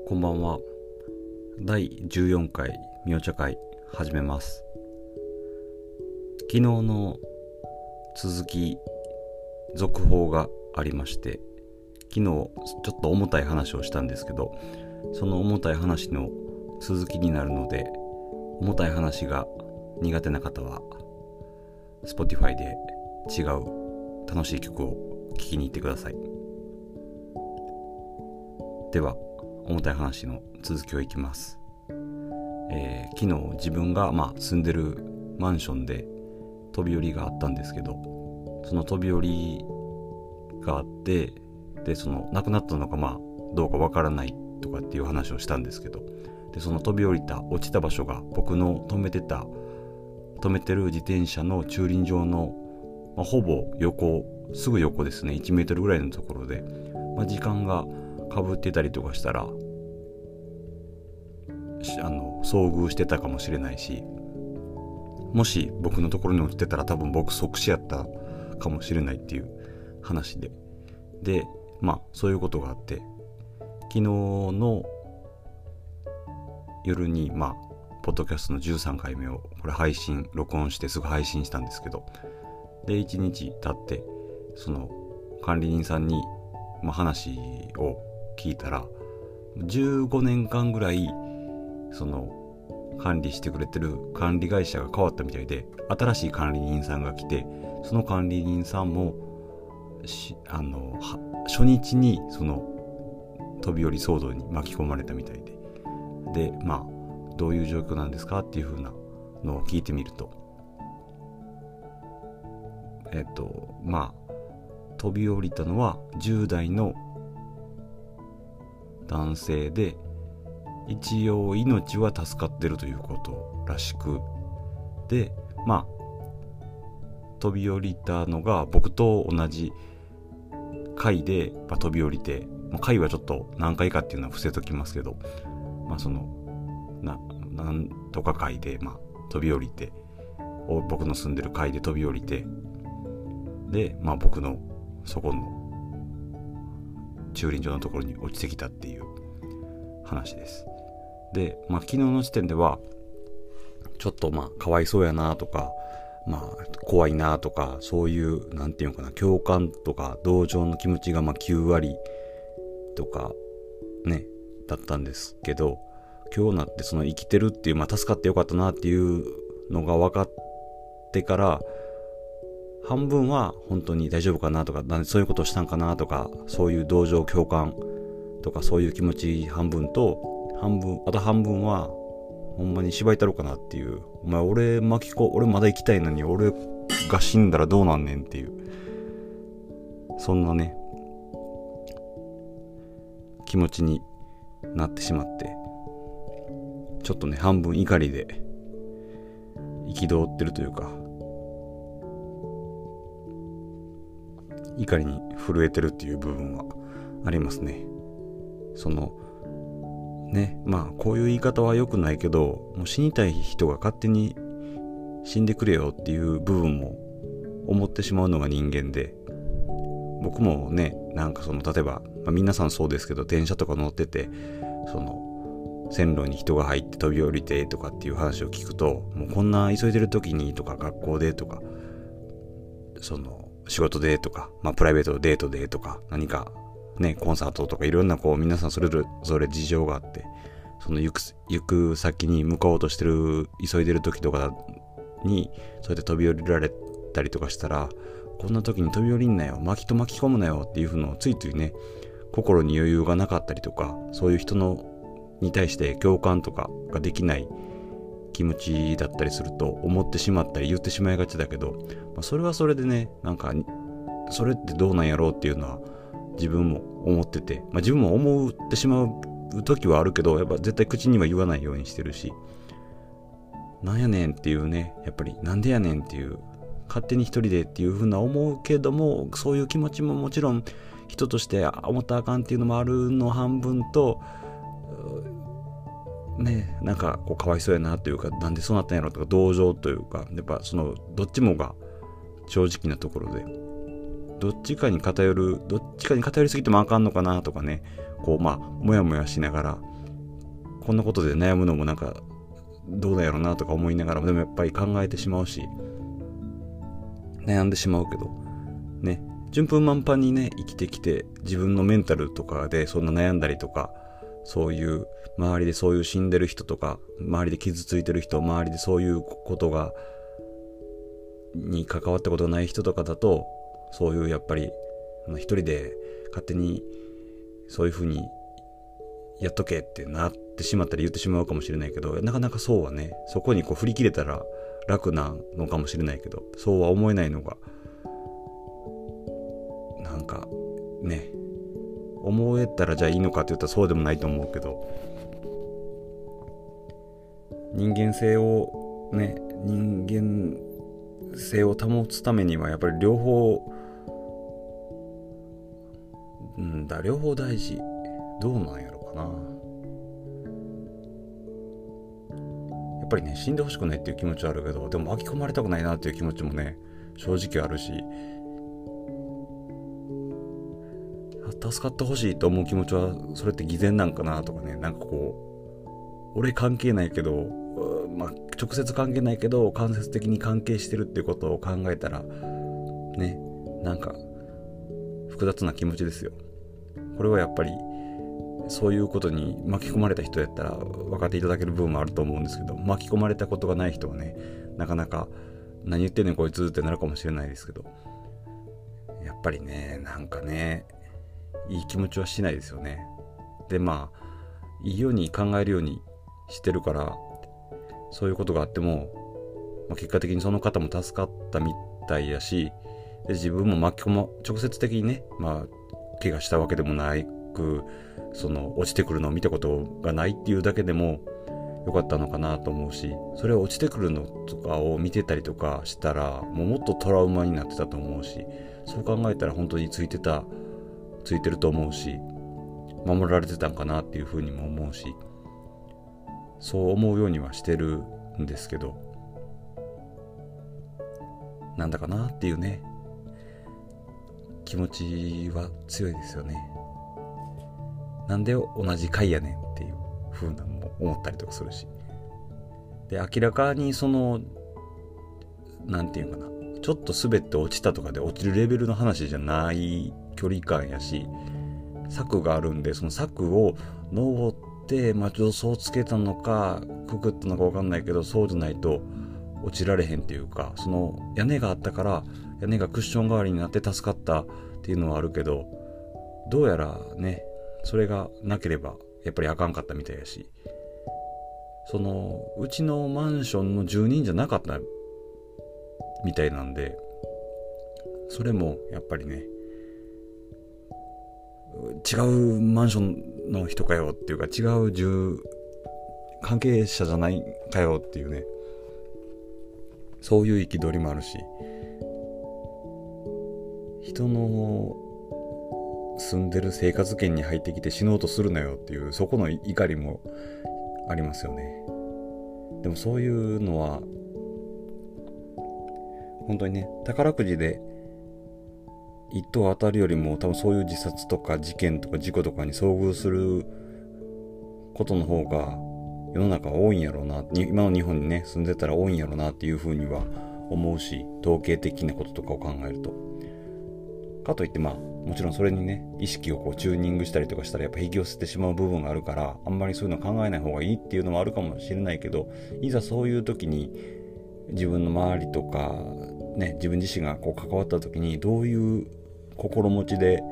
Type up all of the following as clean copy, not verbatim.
こんばんは。第14回みお茶会始めます。昨日の続き続報がありまして、昨日ちょっと重たい話をしたんですけど、その重たい話の続きになるので、重たい話が苦手な方は Spotify で違う楽しい曲を聴きに行ってください。では重たい話の続きをいきます。昨日自分が住んでるマンションで飛び降りがあったんですけど、その飛び降りがあって、でその亡くなったのかどうかわからないとかっていう話をしたんですけど、でその飛び降りた落ちた場所が僕の止めてる自転車の駐輪場の、ほぼすぐ横ですね。1メートルぐらいのところで、時間がかぶってたりとかしたら遭遇してたかもしれないし、もし僕のところに落ちてたら多分僕即死やったかもしれないっていう話で、そういうことがあって、昨日の夜にポッドキャストの13回目をこれ録音してすぐ配信したんですけど、で1日経ってその管理人さんに話を聞いたら、15年間ぐらいその管理してくれてる管理会社が変わったみたいで、新しい管理人さんが来て、その管理人さんも初日にその飛び降り騒動に巻き込まれたみたいで、どういう状況なんですかっていう風なのを聞いてみると、飛び降りたのは10代の男性で、一応命は助かってるということらしく、で飛び降りたのが僕と同じ階で飛び降りて、階はちょっと何階かっていうのは伏せときますけど、そのなんとか階で飛び降りて、僕の住んでる階で飛び降りて、で僕のそこの駐輪場のところに落ちてきたっていう話です。で、昨日の時点ではちょっとかわいそうやなとか、怖いなとか、そういうなんていうのかな、共感とか同情の気持ちが9割とかねだったんですけど、今日なってその生きてるっていう、助かってよかったなっていうのが分かってから、半分は本当に大丈夫かなとか、なんでそういうことをしたんかなとか、そういう同情共感とかそういう気持ち半分と、あと半分はほんまに芝居たろうかなっていう、お前俺まだ生きたいのに俺が死んだらどうなんねんっていう、そんなね気持ちになってしまって、ちょっとね半分怒りで憤ってるというか、怒りに震えてるっていう部分はありますね。そのね、こういう言い方は良くないけど、もう死にたい人が勝手に死んでくれよっていう部分も思ってしまうのが人間で、僕もね例えば、皆さんそうですけど、電車とか乗っててその線路に人が入って飛び降りてとかっていう話を聞くと、もうこんな急いでる時にとか、学校でとか、その仕事でとか、プライベートデートでとか、何かねコンサートとかいろんな皆さんそれぞれ事情があって、その行く先に向かおうとしてる急いでる時とかにそうやって飛び降りられたりとかしたら、こんな時に飛び降りんなよ、巻き込むなよっていうのをついついね、心に余裕がなかったりとか、そういう人に対して共感とかができない気持ちだったりすると思ってしまったり言ってしまいがちだけど、それはそれでね、それってどうなんやろうっていうのは自分も思ってて、自分も思ってしまう時はあるけど、やっぱ絶対口には言わないようにしてるし、なんやねんっていうね、やっぱりなんでやねんっていう、勝手に一人でっていう風な思うけども、そういう気持ちももちろん人として思ったらあかんっていうのもあるの半分と、ね、かわいそうやなというか、なんでそうなったんやろとか、同情というか、やっぱそのどっちもが正直なところで、どっちかに偏りすぎてもあかんのかなとかね、もやもやしながらこんなことで悩むのもなんかどうだろうなとか思いながらも、でもやっぱり考えてしまうし悩んでしまうけどね、順風満帆にね生きてきて、自分のメンタルとかでそんな悩んだりとか、そういう周りでそういう死んでる人とか、周りで傷ついてる人、周りでそういうことがに関わったことがない人とかだと、そういうやっぱり一人で勝手にそういう風にやっとけってなってしまったり言ってしまうかもしれないけど、なかなかそうはね、そこにこう振り切れたら楽なのかもしれないけど、そうは思えないのがなんかね、思えたらじゃあいいのかって言ったらそうでもないと思うけど、人間性を保つためにはやっぱり両方両方大事。どうなんやろかな。やっぱりね、死んでほしくないっていう気持ちはあるけど、でも巻き込まれたくないなっていう気持ちもね正直あるし、助かってほしいと思う気持ちはそれって偽善なんかなとかね、なんかこう俺関係ないけど、直接関係ないけど間接的に関係してるっていうことを考えたらね、なんか複雑な気持ちですよ。これはやっぱりそういうことに巻き込まれた人やったら分かっていただける部分もあると思うんですけど、巻き込まれたことがない人はね、なかなか何言ってんねんこいつってなるかもしれないですけど、やっぱりね、なんかね、いい気持ちはしないですよね。でいいように考えるようにしてるから、そういうことがあっても、結果的にその方も助かったみたいやし、で自分も直接的にね、怪我したわけでもないく、その落ちてくるのを見たことがないっていうだけでもよかったのかなと思うし、それを落ちてくるのとかを見てたりとかしたらもっとトラウマになってたと思うし、そう考えたら本当についてると思うし、守られてたんかなっていうふうにも思うし、そう思うようにはしてるんですけど、なんだかなっていうね気持ちは強いですよね。なんで同じ回やねんっていう風なのも思ったりとかするし、で明らかにそのなんていうかな、ちょっと滑って落ちたとかで落ちるレベルの話じゃない距離感やし、柵があるんで、その柵を登って助走をつけたのかくくったのか分かんないけど、そうじゃないと落ちられへんっていうか、その屋根があったから屋根がクッション代わりになって助かったっていうのはあるけど、どうやらねそれがなければやっぱりあかんかったみたいやし、そのうちのマンションの住人じゃなかったみたいなんで、それもやっぱりね違うマンションの人かよっていうか、違う関係者じゃないかよっていうね、そういう憤りもあるし、人の住んでる生活圏に入ってきて死のうとするなよっていう、そこの怒りもありますよね。でもそういうのは本当にね、宝くじで一等当たるよりも多分そういう自殺とか事件とか事故とかに遭遇することの方が世の中は多いんやろうな、今の日本にね住んでたら多いんやろうなっていうふうには思うし、統計的なこととかを考えると、かといってもちろんそれにね意識をこうチューニングしたりとかしたらやっぱ引き寄せてしまう部分があるから、あんまりそういうの考えない方がいいっていうのもあるかもしれないけど、いざそういう時に自分の周りとかね、自分自身がこう関わった時にどういう心持ちで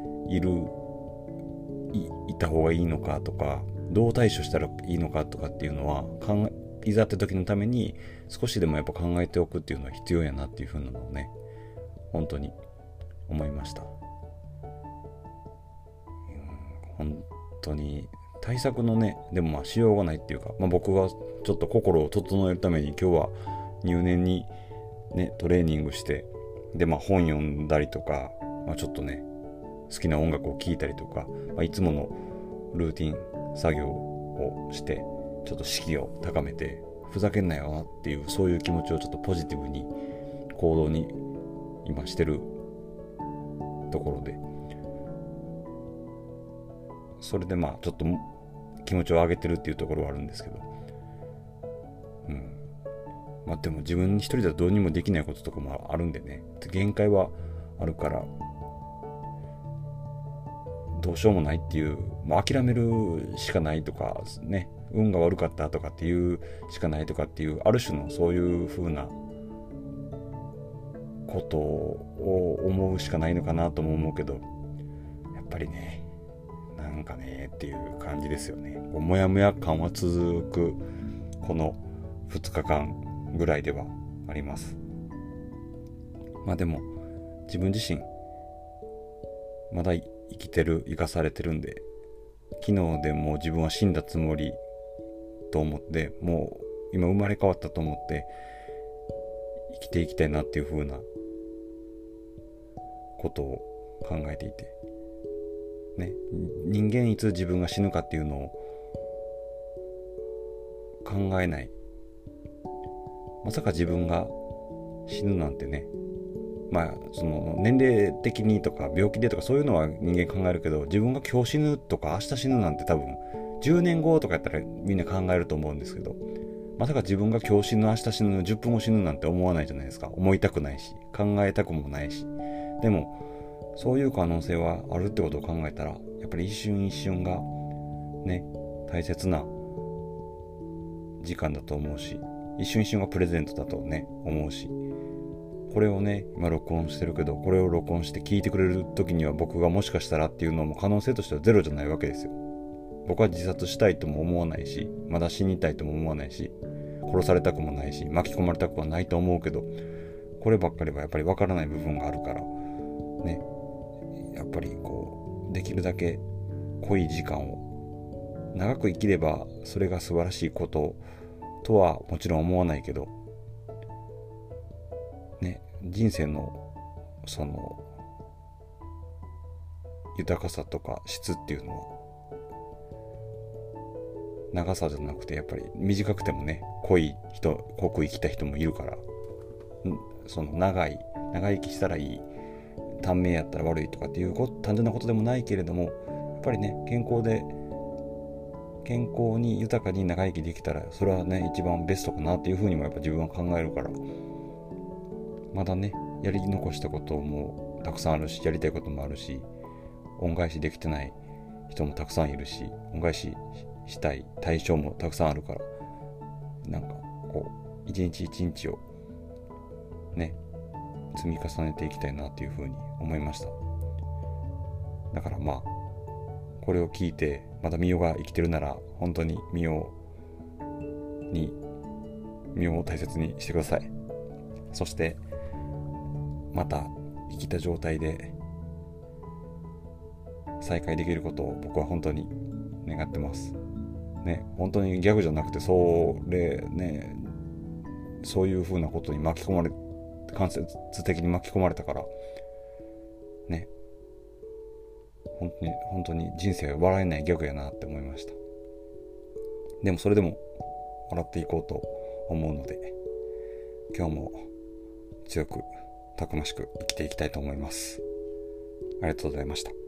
いた方がいいのかとか、どう対処したらいいのかとかっていうのはいざって時のために少しでもやっぱ考えておくっていうのは必要やなっていうふうなのをね本当に思いました。本当に対策のね、でもしようがないっていうか、僕はちょっと心を整えるために今日は入念にねトレーニングして、で本読んだりとか、ちょっとね好きな音楽を聴いたりとか、いつものルーティン作業をして、ちょっと士気を高めて、ふざけんなよなっていう、そういう気持ちをちょっとポジティブに行動に今してるところで、それでちょっと気持ちを上げてるっていうところはあるんですけど、まあでも自分一人ではどうにもできないこととかもあるんでね、限界はあるからどうしようもないっていう、まあ、諦めるしかないとかね、運が悪かったとかっていうしかないとかっていう、ある種のそういう風なことを思うしかないのかなとも思うけど、やっぱりね、なんかねっていう感じですよね。もやもや感は続くこの2日間ぐらいではあります。まあでも自分自身まだ生きてる、生かされてるんで、昨日でもう自分は死んだつもりと思って、もう今生まれ変わったと思って生きていきたいなっていう風なことを考えていてね、人間いつ自分が死ぬかっていうのを考えない。まさか自分が死ぬなんてね、まあその年齢的にとか病気でとかそういうのは人間考えるけど、自分が今日死ぬとか明日死ぬなんて多分10年後とかやったらみんな考えると思うんですけど、まさか自分が今日死ぬ、明日死ぬ、10分後死ぬなんて思わないじゃないですか。思いたくないし考えたくもないし。でもそういう可能性はあるってことを考えたら、やっぱり一瞬一瞬がね、大切な時間だと思うし、一瞬一瞬がプレゼントだとね思うし、これをね今録音してるけど、これを録音して聞いてくれる時には僕がもしかしたらっていうのも可能性としてはゼロじゃないわけですよ。僕は自殺したいとも思わないし、まだ死にたいとも思わないし、殺されたくもないし、巻き込まれたくはないと思うけど、こればっかりはやっぱり分からない部分があるからね、やっぱりこうできるだけ濃い時間を長く生きればそれが素晴らしいこととはもちろん思わないけどね、人生のその豊かさとか質っていうのは長さじゃなくて、やっぱり短くてもね濃く生きた人もいるから、その長生きしたらいい、短命やったら悪いとかっていう単純なことでもないけれども、やっぱりね健康に豊かに長生きできたらそれはね一番ベストかなっていうふうにもやっぱ自分は考えるから、まだねやり残したこともたくさんあるし、やりたいこともあるし、恩返しできてない人もたくさんいるし、恩返ししたい対象もたくさんあるから、なんかこう一日一日をね積み重ねていきたいなっていうふうに思いました。だからまあこれを聞いてまだミオが生きてるなら、本当にミオを大切にしてください。そしてまた生きた状態で再会できることを僕は本当に願ってますね。本当にギャグじゃなくて、そういう風なことに間接的に巻き込まれたからね、本当に人生は笑えないギャグやなって思いました。でもそれでも笑っていこうと思うので、今日も強くたくましく生きていきたいと思います。ありがとうございました。